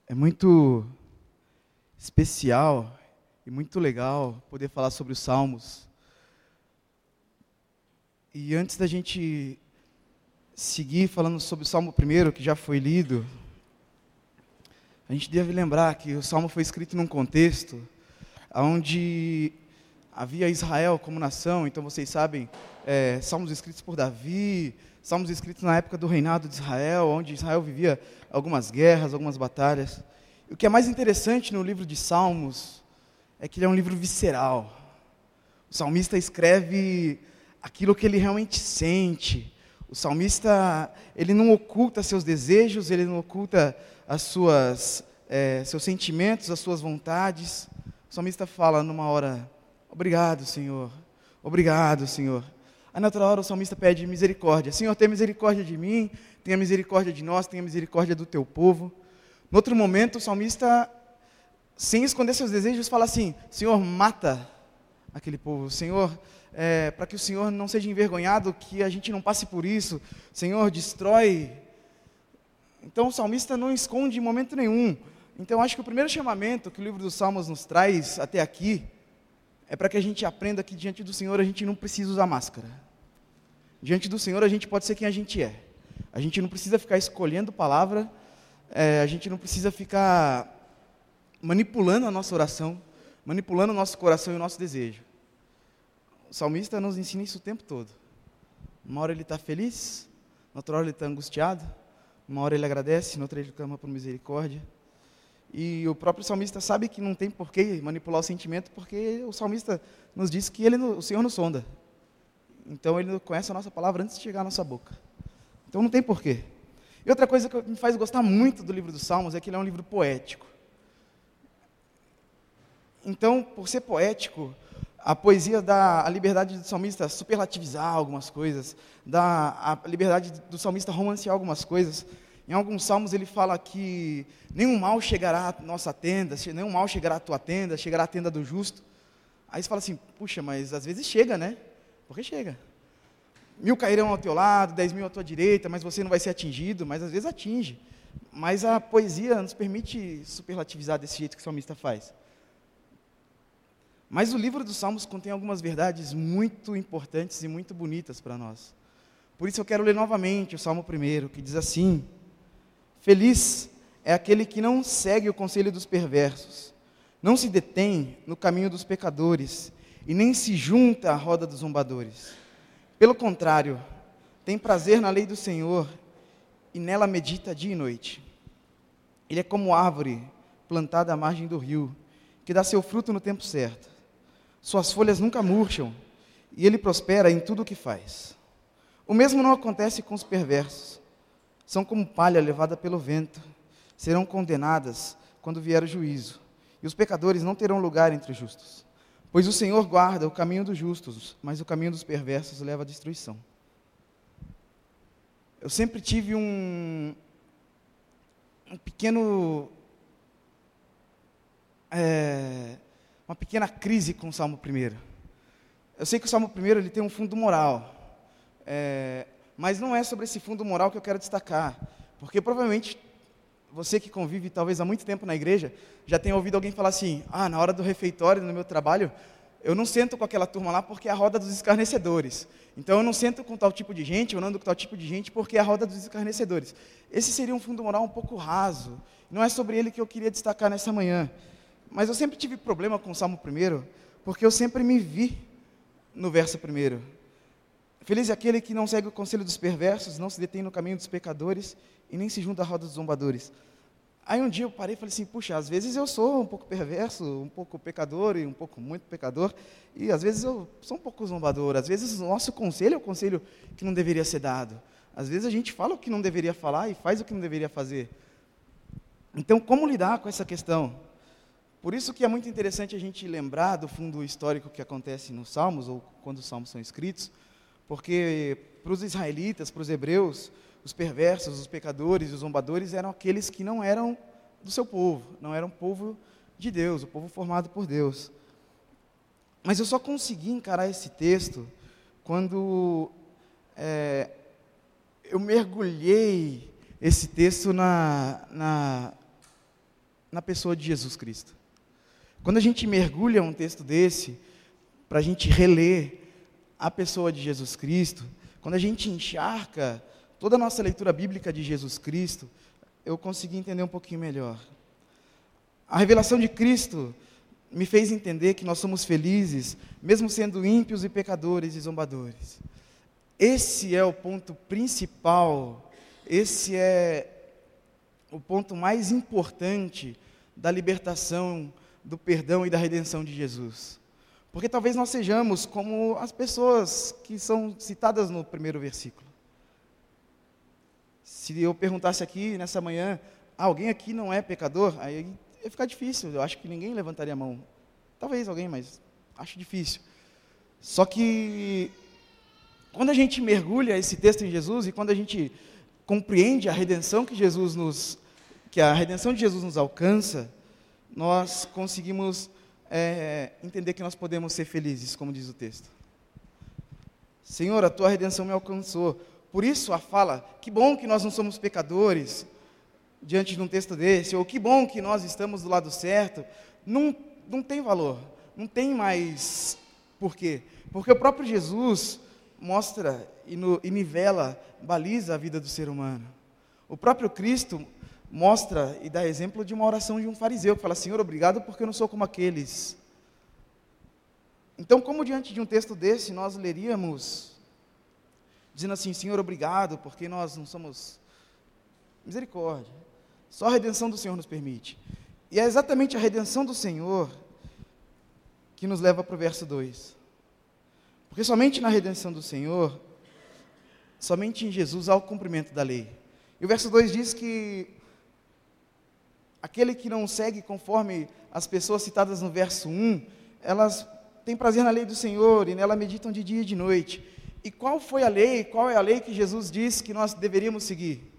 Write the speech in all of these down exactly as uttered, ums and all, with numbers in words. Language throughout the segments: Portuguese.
É muito especial e muito legal poder falar sobre os Salmos. E antes da gente seguir falando sobre o Salmo primeiro, que já foi lido, a gente deve lembrar que o Salmo foi escrito num contexto onde havia Israel como nação. Então vocês sabem, é, Salmos escritos por Davi, Salmos escritos na época do reinado de Israel, onde Israel vivia algumas guerras, algumas batalhas. E o que é mais interessante no livro de Salmos é que ele é um livro visceral. O salmista escreve aquilo que ele realmente sente. O salmista, ele não oculta seus desejos, ele não oculta as suas, é, seus sentimentos, as suas vontades. O salmista fala numa hora: obrigado, Senhor, obrigado, Senhor. Aí na outra hora o salmista pede misericórdia: Senhor, tenha misericórdia de mim, tenha misericórdia de nós, tenha misericórdia do teu povo. No outro momento o salmista, sem esconder seus desejos, fala assim: Senhor, mata aquele povo. Senhor, é, para que o Senhor não seja envergonhado, que a gente não passe por isso. Senhor, destrói. Então o salmista não esconde em momento nenhum. Então acho que o primeiro chamamento que o livro dos Salmos nos traz até aqui é para que a gente aprenda que diante do Senhor a gente não precisa usar máscara. Diante do Senhor a gente pode ser quem a gente é. A gente não precisa ficar escolhendo palavra, é, a gente não precisa ficar manipulando a nossa oração, manipulando o nosso coração e o nosso desejo. O salmista nos ensina isso o tempo todo. Uma hora ele está feliz, na outra hora ele está angustiado, uma hora ele agradece, na outra ele clama por misericórdia. E o próprio salmista sabe que não tem por que manipular o sentimento, porque o salmista nos diz que ele, o Senhor nos sonda. Então ele conhece a nossa palavra antes de chegar à nossa boca. Então não tem porquê. E outra coisa que me faz gostar muito do livro dos Salmos é que ele é um livro poético. Então, por ser poético, a poesia dá a liberdade do salmista superlativizar algumas coisas, dá a liberdade do salmista romancear algumas coisas. Em alguns salmos ele fala que nenhum mal chegará à nossa tenda, nenhum mal chegará à tua tenda, chegará à tenda do justo. Aí você fala assim: puxa, mas às vezes chega, né? Porque chega. Mil cairão ao teu lado, dez mil à tua direita, mas você não vai ser atingido, mas às vezes atinge. Mas a poesia nos permite superlativizar desse jeito que o salmista faz. Mas o livro dos Salmos contém algumas verdades muito importantes e muito bonitas para nós. Por isso eu quero ler novamente o Salmo primeiro, que diz assim: feliz é aquele que não segue o conselho dos perversos, não se detém no caminho dos pecadores, e nem se junta à roda dos zombadores. Pelo contrário, tem prazer na lei do Senhor, e nela medita dia e noite. Ele é como árvore plantada à margem do rio, que dá seu fruto no tempo certo. Suas folhas nunca murcham, e ele prospera em tudo o que faz. O mesmo não acontece com os perversos. São como palha levada pelo vento, serão condenadas quando vier o juízo, e os pecadores não terão lugar entre os justos. Pois o Senhor guarda o caminho dos justos, mas o caminho dos perversos leva à destruição. Eu sempre tive um, um pequeno, é, uma pequena crise com o Salmo primeiro. Eu sei que o Salmo primeiro ele tem um fundo moral, é, mas não é sobre esse fundo moral que eu quero destacar, porque provavelmente você que convive talvez há muito tempo na igreja, já tenha ouvido alguém falar assim: ah, na hora do refeitório, no meu trabalho, eu não sento com aquela turma lá porque é a roda dos escarnecedores. Então eu não sento com tal tipo de gente, eu não ando com tal tipo de gente porque é a roda dos escarnecedores. Esse seria um fundo moral um pouco raso, não é sobre ele que eu queria destacar nessa manhã. Mas eu sempre tive problema com o Salmo primeiro, porque eu sempre me vi no verso primeiro. Feliz é aquele que não segue o conselho dos perversos, não se detém no caminho dos pecadores e nem se junta à roda dos zombadores. Aí um dia eu parei e falei assim: puxa, às vezes eu sou um pouco perverso, um pouco pecador e um pouco muito pecador, e às vezes eu sou um pouco zombador, às vezes o nosso conselho é o conselho que não deveria ser dado. Às vezes a gente fala o que não deveria falar e faz o que não deveria fazer. Então, como lidar com essa questão? Por isso que é muito interessante a gente lembrar do fundo histórico que acontece nos Salmos, ou quando os Salmos são escritos, porque para os israelitas, para os hebreus, os perversos, os pecadores, os zombadores eram aqueles que não eram do seu povo, não eram povo de Deus, o povo formado por Deus. Mas eu só consegui encarar esse texto quando é, eu mergulhei esse texto na, na, na pessoa de Jesus Cristo. Quando a gente mergulha um texto desse, para a gente reler a pessoa de Jesus Cristo, quando a gente encharca toda a nossa leitura bíblica de Jesus Cristo, eu consegui entender um pouquinho melhor. A revelação de Cristo me fez entender que nós somos felizes, mesmo sendo ímpios e pecadores e zombadores. Esse é o ponto principal, esse é o ponto mais importante da libertação, do perdão e da redenção de Jesus. Porque talvez nós sejamos como as pessoas que são citadas no primeiro versículo. Se eu perguntasse aqui nessa manhã, ah, alguém aqui não é pecador? Aí ia ficar difícil, eu acho que ninguém levantaria a mão. Talvez alguém, mas acho difícil. Só que quando a gente mergulha esse texto em Jesus e quando a gente compreende a redenção que Jesus nos, que a redenção de Jesus nos alcança, nós conseguimos é, entender que nós podemos ser felizes, como diz o texto. Senhor, a tua redenção me alcançou. Por isso a fala, que bom que nós não somos pecadores, diante de um texto desse, ou que bom que nós estamos do lado certo, não, não tem valor, não tem mais porquê. Porque o próprio Jesus mostra e, no, e nivela, baliza a vida do ser humano. O próprio Cristo mostra e dá exemplo de uma oração de um fariseu, que fala, Senhor, obrigado porque eu não sou como aqueles. Então, como diante de um texto desse, nós leríamos, dizendo assim, Senhor, obrigado porque nós não somos misericórdia. Só a redenção do Senhor nos permite. E é exatamente a redenção do Senhor que nos leva para o verso dois. Porque somente na redenção do Senhor, somente em Jesus há o cumprimento da lei. E o verso dois diz que aquele que não segue conforme as pessoas citadas no verso um, elas têm prazer na lei do Senhor e nela meditam de dia e de noite. E qual foi a lei, qual é a lei que Jesus disse que nós deveríamos seguir?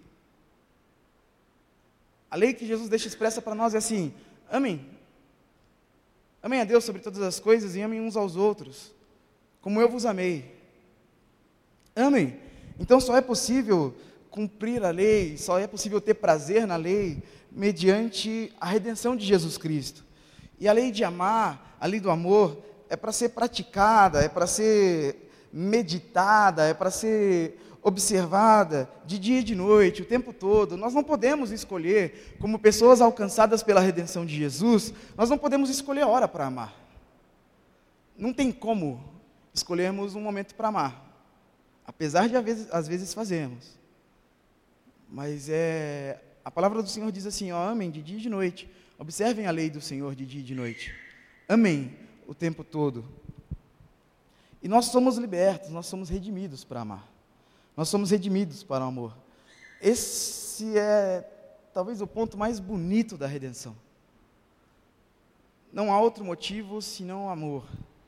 A lei que Jesus deixa expressa para nós é assim, amem, amem a Deus sobre todas as coisas e amem uns aos outros, como eu vos amei. Amem. Então só é possível cumprir a lei, só é possível ter prazer na lei, mediante a redenção de Jesus Cristo. E a lei de amar, a lei do amor, é para ser praticada, é para ser meditada, é para ser observada de dia e de noite, o tempo todo. Nós não podemos escolher, como pessoas alcançadas pela redenção de Jesus, nós não podemos escolher a hora para amar. Não tem como escolhermos um momento para amar, apesar de às vezes, às vezes fazermos. Mas é, a palavra do Senhor diz assim, ó, amem de dia e de noite, observem a lei do Senhor de dia e de noite, amem o tempo todo. E nós somos libertos, nós somos redimidos para amar. Nós somos redimidos para o amor. Esse é talvez o ponto mais bonito da redenção. Não há outro motivo senão o amor.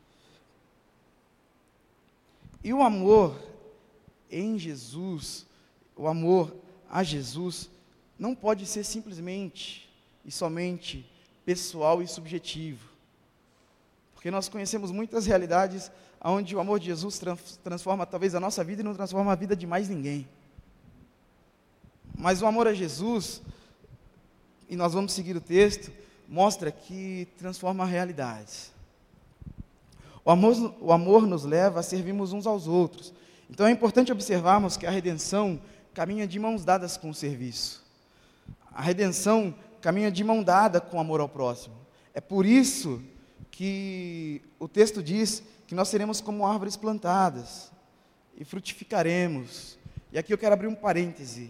E o amor em Jesus, o amor a Jesus, não pode ser simplesmente e somente pessoal e subjetivo. Porque nós conhecemos muitas realidades onde o amor de Jesus transforma talvez a nossa vida e não transforma a vida de mais ninguém. Mas o amor a Jesus, e nós vamos seguir o texto, mostra que transforma realidades. O amor, o amor nos leva a servirmos uns aos outros. Então é importante observarmos que a redenção caminha de mãos dadas com o serviço. A redenção caminha de mão dada com o amor ao próximo. É por isso que o texto diz que nós seremos como árvores plantadas e frutificaremos. E aqui eu quero abrir um parêntese.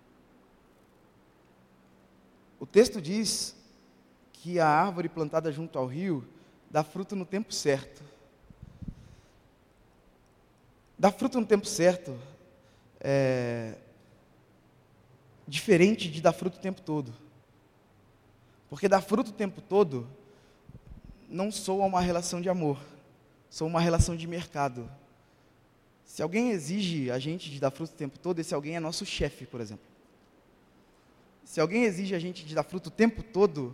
O texto diz que a árvore plantada junto ao rio dá fruto no tempo certo. Dar fruto no tempo certo é diferente de dar fruto o tempo todo. Porque dar fruto o tempo todo não soa uma relação de amor, soa uma relação de mercado. Se alguém exige a gente de dar fruto o tempo todo, esse alguém é nosso chefe, por exemplo. Se alguém exige a gente de dar fruto o tempo todo,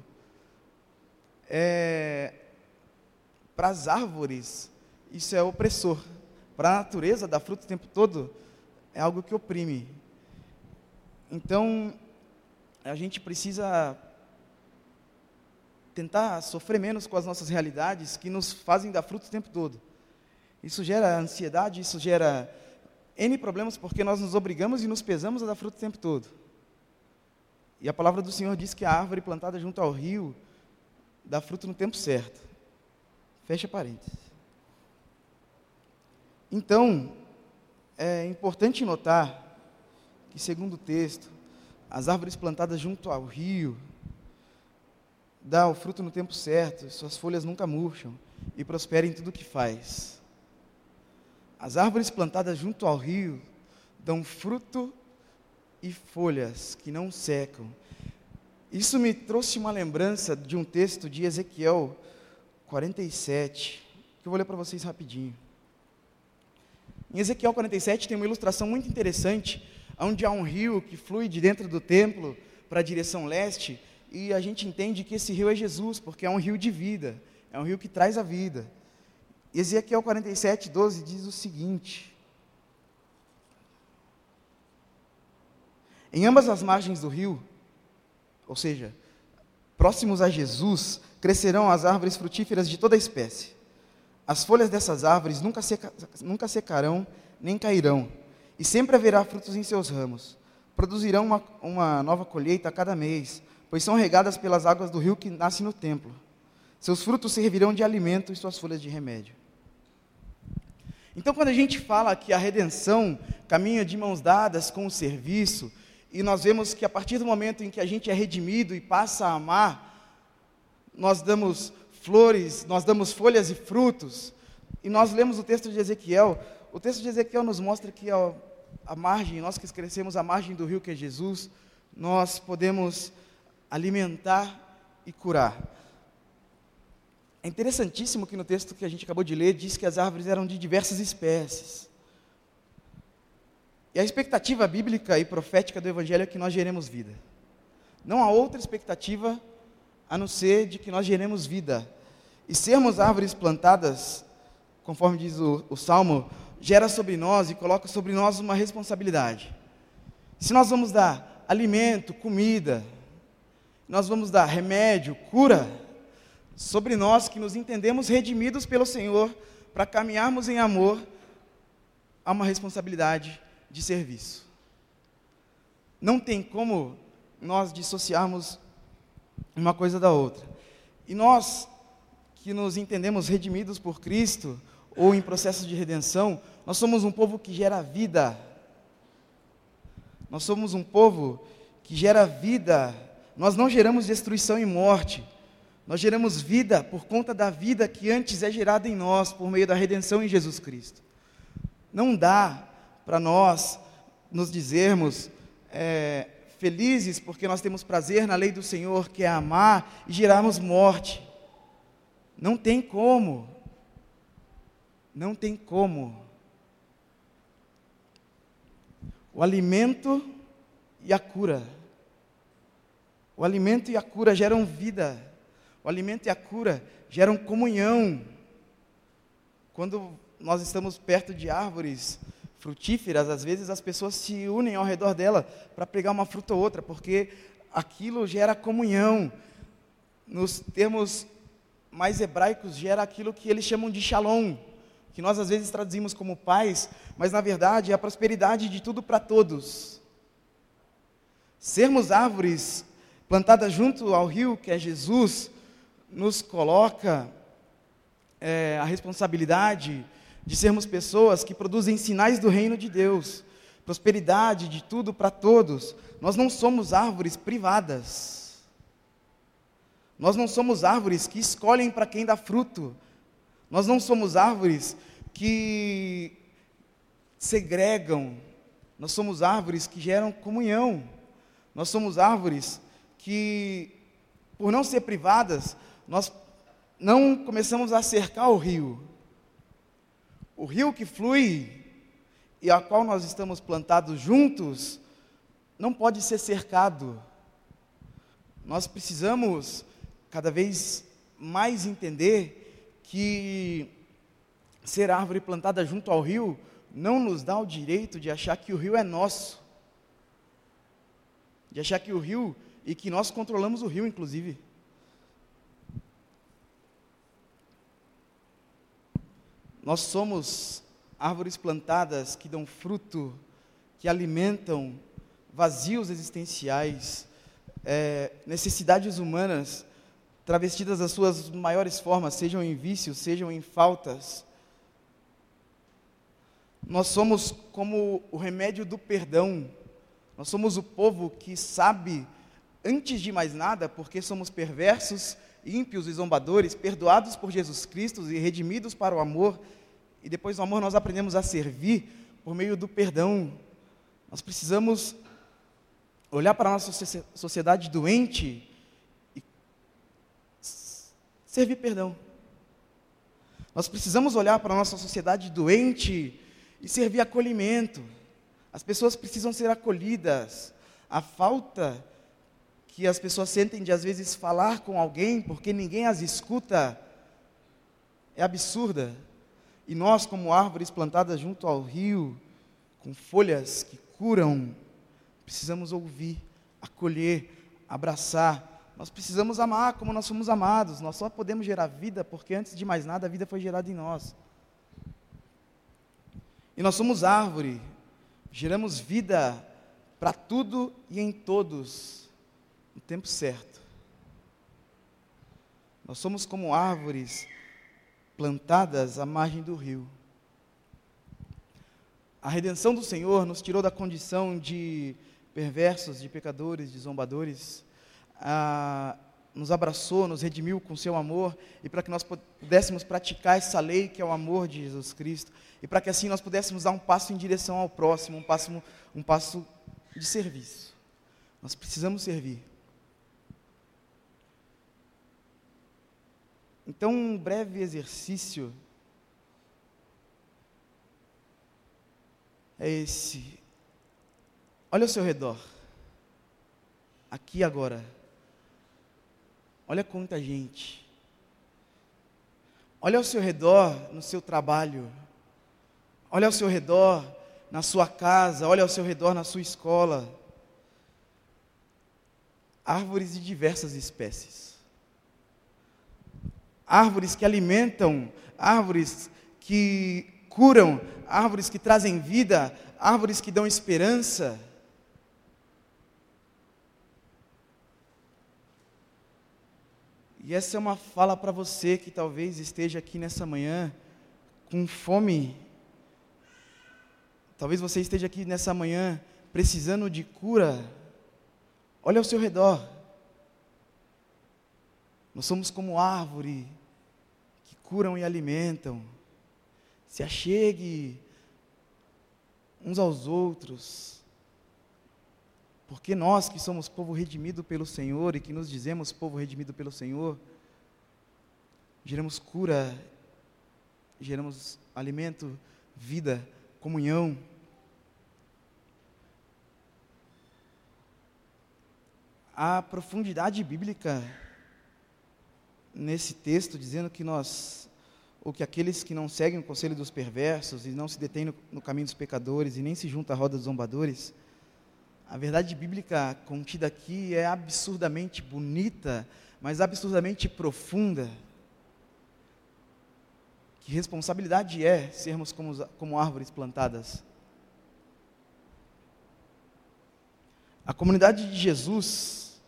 é, para as árvores, isso é opressor. Para a natureza, dar fruto o tempo todo é algo que oprime. Então, a gente precisa tentar sofrer menos com as nossas realidades que nos fazem dar frutos o tempo todo. Isso gera ansiedade, isso gera N problemas, porque nós nos obrigamos e nos pesamos a dar fruto o tempo todo. E a palavra do Senhor diz que a árvore plantada junto ao rio dá fruto no tempo certo. Fecha parênteses. Então, é importante notar que, segundo o texto, as árvores plantadas junto ao rio dão o fruto no tempo certo, suas folhas nunca murcham e prosperam em tudo o que faz. As árvores plantadas junto ao rio dão fruto e folhas que não secam. Isso me trouxe uma lembrança de um texto de Ezequiel quarenta e sete, que eu vou ler para vocês rapidinho. Em Ezequiel quarenta e sete tem uma ilustração muito interessante, onde há um rio que flui de dentro do templo para a direção leste, e a gente entende que esse rio é Jesus, porque é um rio de vida, é um rio que traz a vida. Ezequiel quarenta e sete, doze diz o seguinte: em ambas as margens do rio, ou seja, próximos a Jesus, crescerão as árvores frutíferas de toda a espécie. As folhas dessas árvores nunca, seca, nunca secarão, nem cairão, e sempre haverá frutos em seus ramos. Produzirão uma, uma nova colheita a cada mês, pois são regadas pelas águas do rio que nasce no templo. Seus frutos servirão de alimento e suas folhas de remédio. Então, quando a gente fala que a redenção caminha de mãos dadas com o serviço, e nós vemos que a partir do momento em que a gente é redimido e passa a amar, nós damos flores, nós damos folhas e frutos, e nós lemos o texto de Ezequiel. O texto de Ezequiel nos mostra que a, a margem, nós que crescemos à margem do rio que é Jesus, nós podemos alimentar e curar. É interessantíssimo que no texto que a gente acabou de ler, diz que as árvores eram de diversas espécies. E a expectativa bíblica e profética do Evangelho é que nós geremos vida. Não há outra expectativa a não ser de que nós geremos vida. E sermos árvores plantadas, conforme diz o, o Salmo, gera sobre nós e coloca sobre nós uma responsabilidade. Se nós vamos dar alimento, comida, nós vamos dar remédio, cura, sobre nós que nos entendemos redimidos pelo Senhor, para caminharmos em amor, há uma responsabilidade de serviço. Não tem como nós dissociarmos uma coisa da outra. E nós, que nos entendemos redimidos por Cristo, ou em processo de redenção, nós somos um povo que gera vida. Nós somos um povo que gera vida. Nós não geramos destruição e morte. Nós geramos vida por conta da vida que antes é gerada em nós, por meio da redenção em Jesus Cristo. Não dá para nós nos dizermos é, felizes porque nós temos prazer na lei do Senhor, que é amar, e gerarmos morte. Não tem como. Não tem como. O alimento e a cura. O alimento e a cura geram vida. O alimento e a cura geram comunhão. Quando nós estamos perto de árvores frutíferas, às vezes as pessoas se unem ao redor dela para pegar uma fruta ou outra, porque aquilo gera comunhão. Nos termos mais hebraicos, gera aquilo que eles chamam de shalom, que nós às vezes traduzimos como paz, mas na verdade é a prosperidade de tudo para todos. Sermos árvores plantadas junto ao rio, que é Jesus, nos coloca é, a responsabilidade de sermos pessoas que produzem sinais do reino de Deus, prosperidade de tudo para todos. Nós não somos árvores privadas. Nós não somos árvores que escolhem para quem dá fruto. Nós não somos árvores que segregam. Nós somos árvores que geram comunhão. Nós somos árvores que, por não ser privadas, nós não começamos a cercar o rio. O rio que flui e a qual nós estamos plantados juntos, não pode ser cercado. Nós precisamos cada vez mais entender que ser árvore plantada junto ao rio não nos dá o direito de achar que o rio é nosso, de achar que o rio, e que nós controlamos o rio, inclusive. Nós somos árvores plantadas que dão fruto, que alimentam vazios existenciais, é, necessidades humanas, travestidas das suas maiores formas, sejam em vícios, sejam em faltas. Nós somos como o remédio do perdão. Nós somos o povo que sabe, antes de mais nada, porque somos perversos, ímpios e zombadores, perdoados por Jesus Cristo e redimidos para o amor, e depois do amor nós aprendemos a servir por meio do perdão. Nós precisamos olhar para a nossa sociedade doente e servir perdão. Nós precisamos olhar para a nossa sociedade doente e servir acolhimento. As pessoas precisam ser acolhidas. A falta que as pessoas sentem de, às vezes, falar com alguém, porque ninguém as escuta, é absurda. E nós, como árvores plantadas junto ao rio, com folhas que curam, precisamos ouvir, acolher, abraçar. Nós precisamos amar como nós somos amados. Nós só podemos gerar vida porque, antes de mais nada, a vida foi gerada em nós. E nós somos árvore, geramos vida para tudo e em todos, no tempo certo. Nós somos como árvores plantadas à margem do rio. A redenção do Senhor nos tirou da condição de perversos, de pecadores, de zombadores, ah, nos abraçou, nos redimiu com seu amor, e para que nós pudéssemos praticar essa lei que é o amor de Jesus Cristo, e para que assim nós pudéssemos dar um passo em direção ao próximo, um passo, um passo de serviço. Nós precisamos servir. Então, um breve exercício é esse. Olha ao seu redor, aqui agora. Olha quanta gente. Olha ao seu redor no seu trabalho. Olha ao seu redor na sua casa. Olha ao seu redor na sua escola. Árvores de diversas espécies. Árvores que alimentam, árvores que curam, árvores que trazem vida, árvores que dão esperança. E essa é uma fala para você que talvez esteja aqui nessa manhã com fome. Talvez você esteja aqui nessa manhã precisando de cura. Olha ao seu redor. Nós somos como árvore que curam e alimentam. Se achegue uns aos outros. Porque nós que somos povo redimido pelo Senhor e que nos dizemos povo redimido pelo Senhor, geramos cura, geramos alimento, vida, comunhão. A profundidade bíblica nesse texto, dizendo que nós, ou que aqueles que não seguem o conselho dos perversos e não se detêm no, no caminho dos pecadores e nem se juntam à roda dos zombadores, a verdade bíblica contida aqui é absurdamente bonita, mas absurdamente profunda. Que responsabilidade é sermos como, como árvores plantadas? A comunidade de Jesus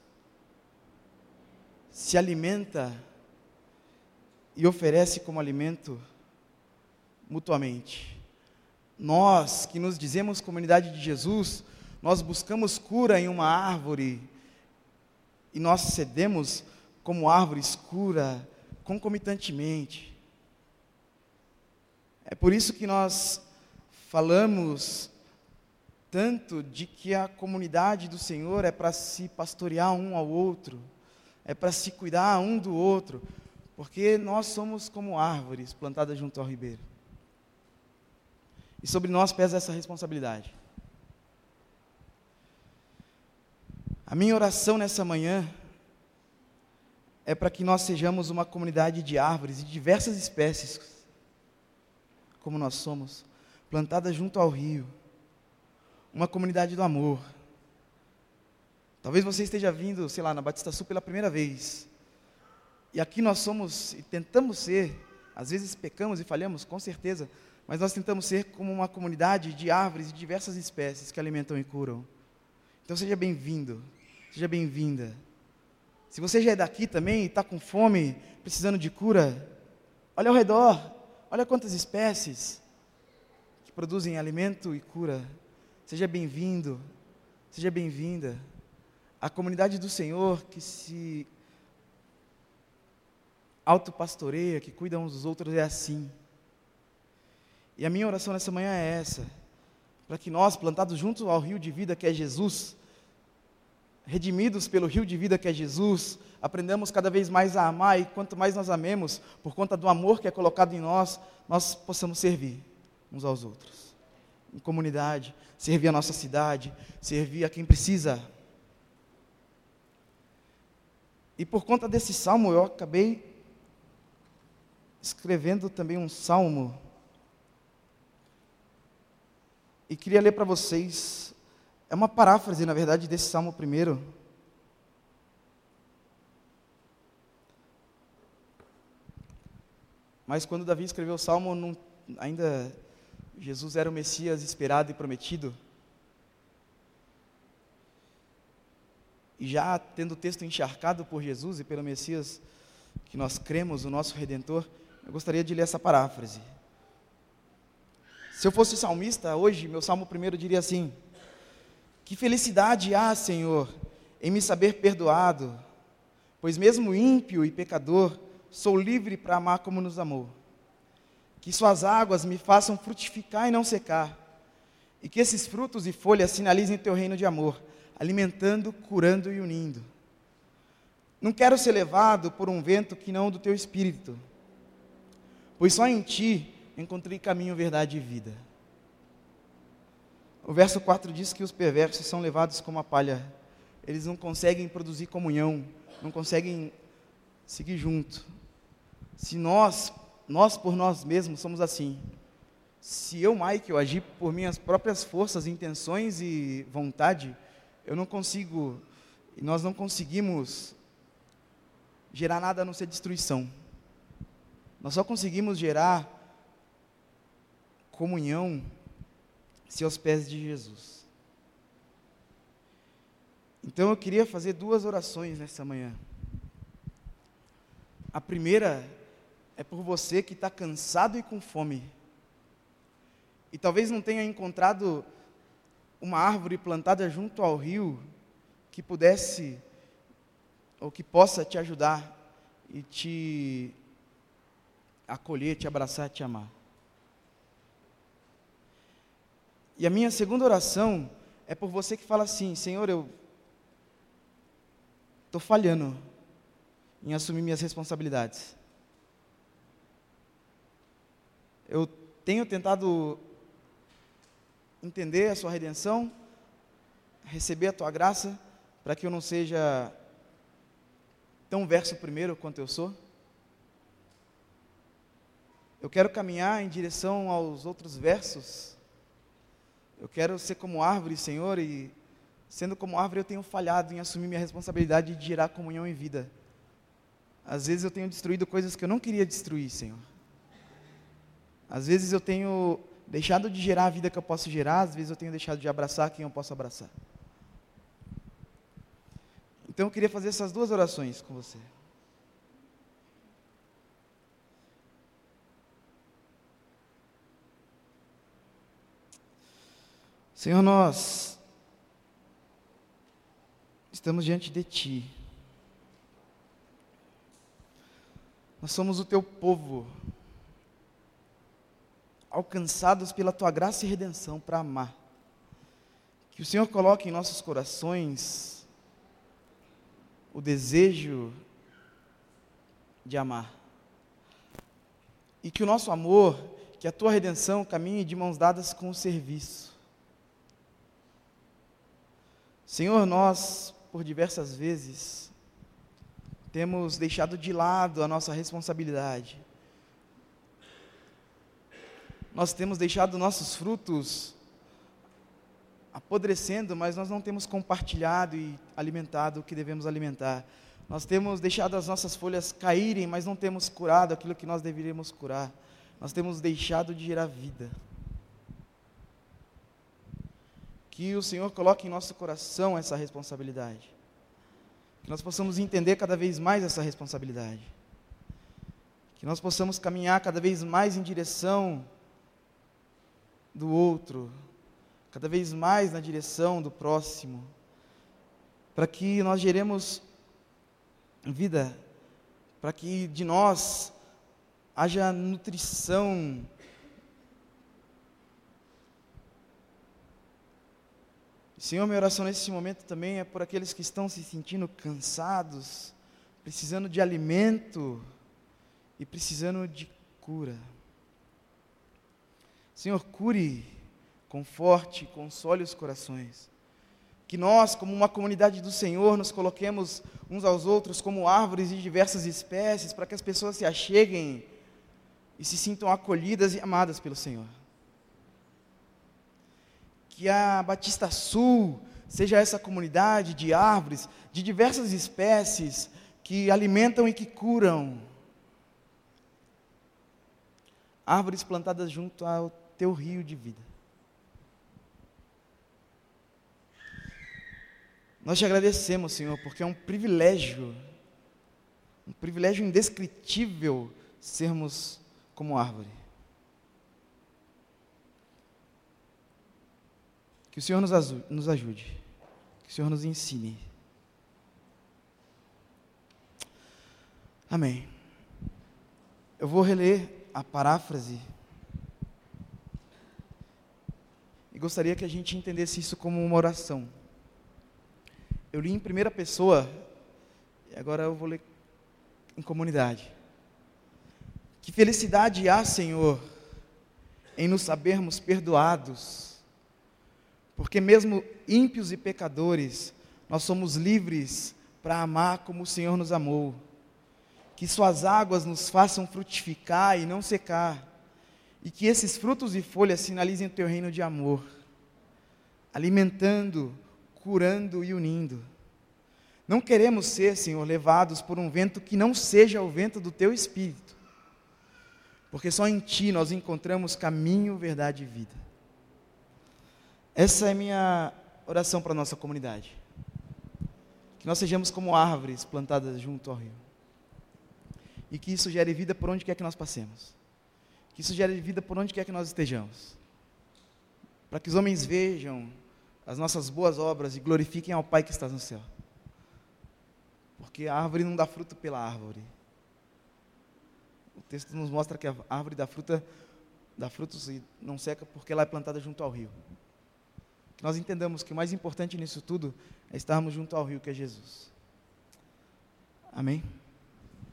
se alimenta e oferece como alimento mutuamente. Nós que nos dizemos comunidade de Jesus, nós buscamos cura em uma árvore e nós cedemos como árvores cura concomitantemente. É por isso que nós falamos tanto de que a comunidade do Senhor é para se pastorear um ao outro, é para se cuidar um do outro, porque nós somos como árvores plantadas junto ao ribeiro. E sobre nós pesa essa responsabilidade. A minha oração nessa manhã é para que nós sejamos uma comunidade de árvores de diversas espécies, como nós somos, plantadas junto ao rio, uma comunidade do amor. Talvez você esteja vindo, sei lá, na Batista Sul pela primeira vez, e aqui nós somos, e tentamos ser, Às vezes pecamos e falhamos, com certeza, mas nós tentamos ser como uma comunidade de árvores de diversas espécies que alimentam e curam. Então seja bem-vindo, seja bem-vinda. Se você já é daqui também e está com fome, precisando de cura, olha ao redor, olha quantas espécies que produzem alimento e cura. Seja bem-vindo, seja bem-vinda. A comunidade do Senhor que se autopastoreia, que cuida uns dos outros, é assim. E a minha oração nessa manhã é essa, para que nós, plantados junto ao rio de vida que é Jesus, redimidos pelo rio de vida que é Jesus, aprendamos cada vez mais a amar, e quanto mais nós amemos, por conta do amor que é colocado em nós, nós possamos servir uns aos outros, em comunidade, servir a nossa cidade, servir a quem precisa. E por conta desse salmo, eu acabei escrevendo também um salmo, e queria ler para vocês. É uma paráfrase, na verdade, desse salmo primeiro. Mas quando Davi escreveu o salmo, não, ainda Jesus era o Messias esperado e prometido. E já tendo o texto encharcado por Jesus e pelo Messias, que nós cremos, o nosso Redentor, eu gostaria de ler essa paráfrase. Se eu fosse salmista hoje, meu salmo primeiro diria assim: que felicidade há, Senhor, em me saber perdoado, pois mesmo ímpio e pecador, sou livre para amar como nos amou. Que suas águas me façam frutificar e não secar, e que esses frutos e folhas sinalizem teu reino de amor, alimentando, curando e unindo. Não quero ser levado por um vento que não do teu espírito, pois só em ti encontrei caminho, verdade e vida. O verso quatro diz que os perversos são levados como a palha. Eles não conseguem produzir comunhão, não conseguem seguir junto. Se nós, nós por nós mesmos somos assim. Se eu, Mike, eu agir por minhas próprias forças, intenções e vontade, eu não consigo, e nós não conseguimos gerar nada a não ser destruição. Nós só conseguimos gerar comunhão se aos pés de Jesus. Então eu queria fazer duas orações nessa manhã. A primeira é por você que está cansado e com fome, e talvez não tenha encontrado uma árvore plantada junto ao rio que pudesse, ou que possa te ajudar e te acolher, te abraçar, te amar. E a minha segunda oração é por você que fala assim: Senhor, eu estou falhando em assumir minhas responsabilidades. Eu tenho tentado entender a sua redenção, receber a tua graça, para que eu não seja tão verso primeiro quanto eu sou. Eu quero caminhar em direção aos outros versos. Eu quero ser como árvore, Senhor, e sendo como árvore eu tenho falhado em assumir minha responsabilidade de gerar comunhão e vida. Às vezes eu tenho destruído coisas que eu não queria destruir, Senhor. Às vezes eu tenho deixado de gerar a vida que eu posso gerar, às vezes eu tenho deixado de abraçar quem eu posso abraçar. Então eu queria fazer essas duas orações com você. Senhor, nós estamos diante de Ti. Nós somos o Teu povo, alcançados pela Tua graça e redenção para amar. Que o Senhor coloque em nossos corações o desejo de amar. E que o nosso amor, que a Tua redenção caminhe de mãos dadas com o serviço. Senhor, nós, por diversas vezes, temos deixado de lado a nossa responsabilidade. Nós temos deixado nossos frutos apodrecendo, mas nós não temos compartilhado e alimentado o que devemos alimentar. Nós temos deixado as nossas folhas caírem, mas não temos curado aquilo que nós deveríamos curar. Nós temos deixado de gerar vida. Que o Senhor coloque em nosso coração essa responsabilidade. Que nós possamos entender cada vez mais essa responsabilidade. Que nós possamos caminhar cada vez mais em direção do outro, cada vez mais na direção do próximo, para que nós geremos vida, para que de nós haja nutrição. Senhor, minha oração nesse momento também é por aqueles que estão se sentindo cansados, precisando de alimento e precisando de cura. Senhor, cure, conforte, console os corações. Que nós, como uma comunidade do Senhor, nos coloquemos uns aos outros como árvores de diversas espécies, para que as pessoas se acheguem e se sintam acolhidas e amadas pelo Senhor. Que a Batista Sul seja essa comunidade de árvores de diversas espécies que alimentam e que curam. Árvores plantadas junto ao teu rio de vida. Nós te agradecemos, Senhor, porque é um privilégio, um privilégio indescritível sermos como árvore. Que o Senhor nos, nos ajude, que o Senhor nos ensine. Amém. Eu vou reler a paráfrase e gostaria que a gente entendesse isso como uma oração. Eu li em primeira pessoa e agora eu vou ler em comunidade. Que felicidade há, Senhor, em nos sabermos perdoados, porque mesmo ímpios e pecadores, nós somos livres para amar como o Senhor nos amou. Que suas águas nos façam frutificar e não secar, e que esses frutos e folhas sinalizem o teu reino de amor, alimentando, curando e unindo. Não queremos ser, Senhor, levados por um vento que não seja o vento do teu Espírito, porque só em Ti nós encontramos caminho, verdade e vida. Essa é a minha oração para a nossa comunidade. Que nós sejamos como árvores plantadas junto ao rio. E que isso gere vida por onde quer que nós passemos. Que isso gere vida por onde quer que nós estejamos. Para que os homens vejam as nossas boas obras e glorifiquem ao Pai que está no céu. Porque a árvore não dá fruto pela árvore. O texto nos mostra que a árvore dá, fruta, dá frutos e não seca porque ela é plantada junto ao rio. Que nós entendamos que o mais importante nisso tudo é estarmos junto ao rio que é Jesus. Amém?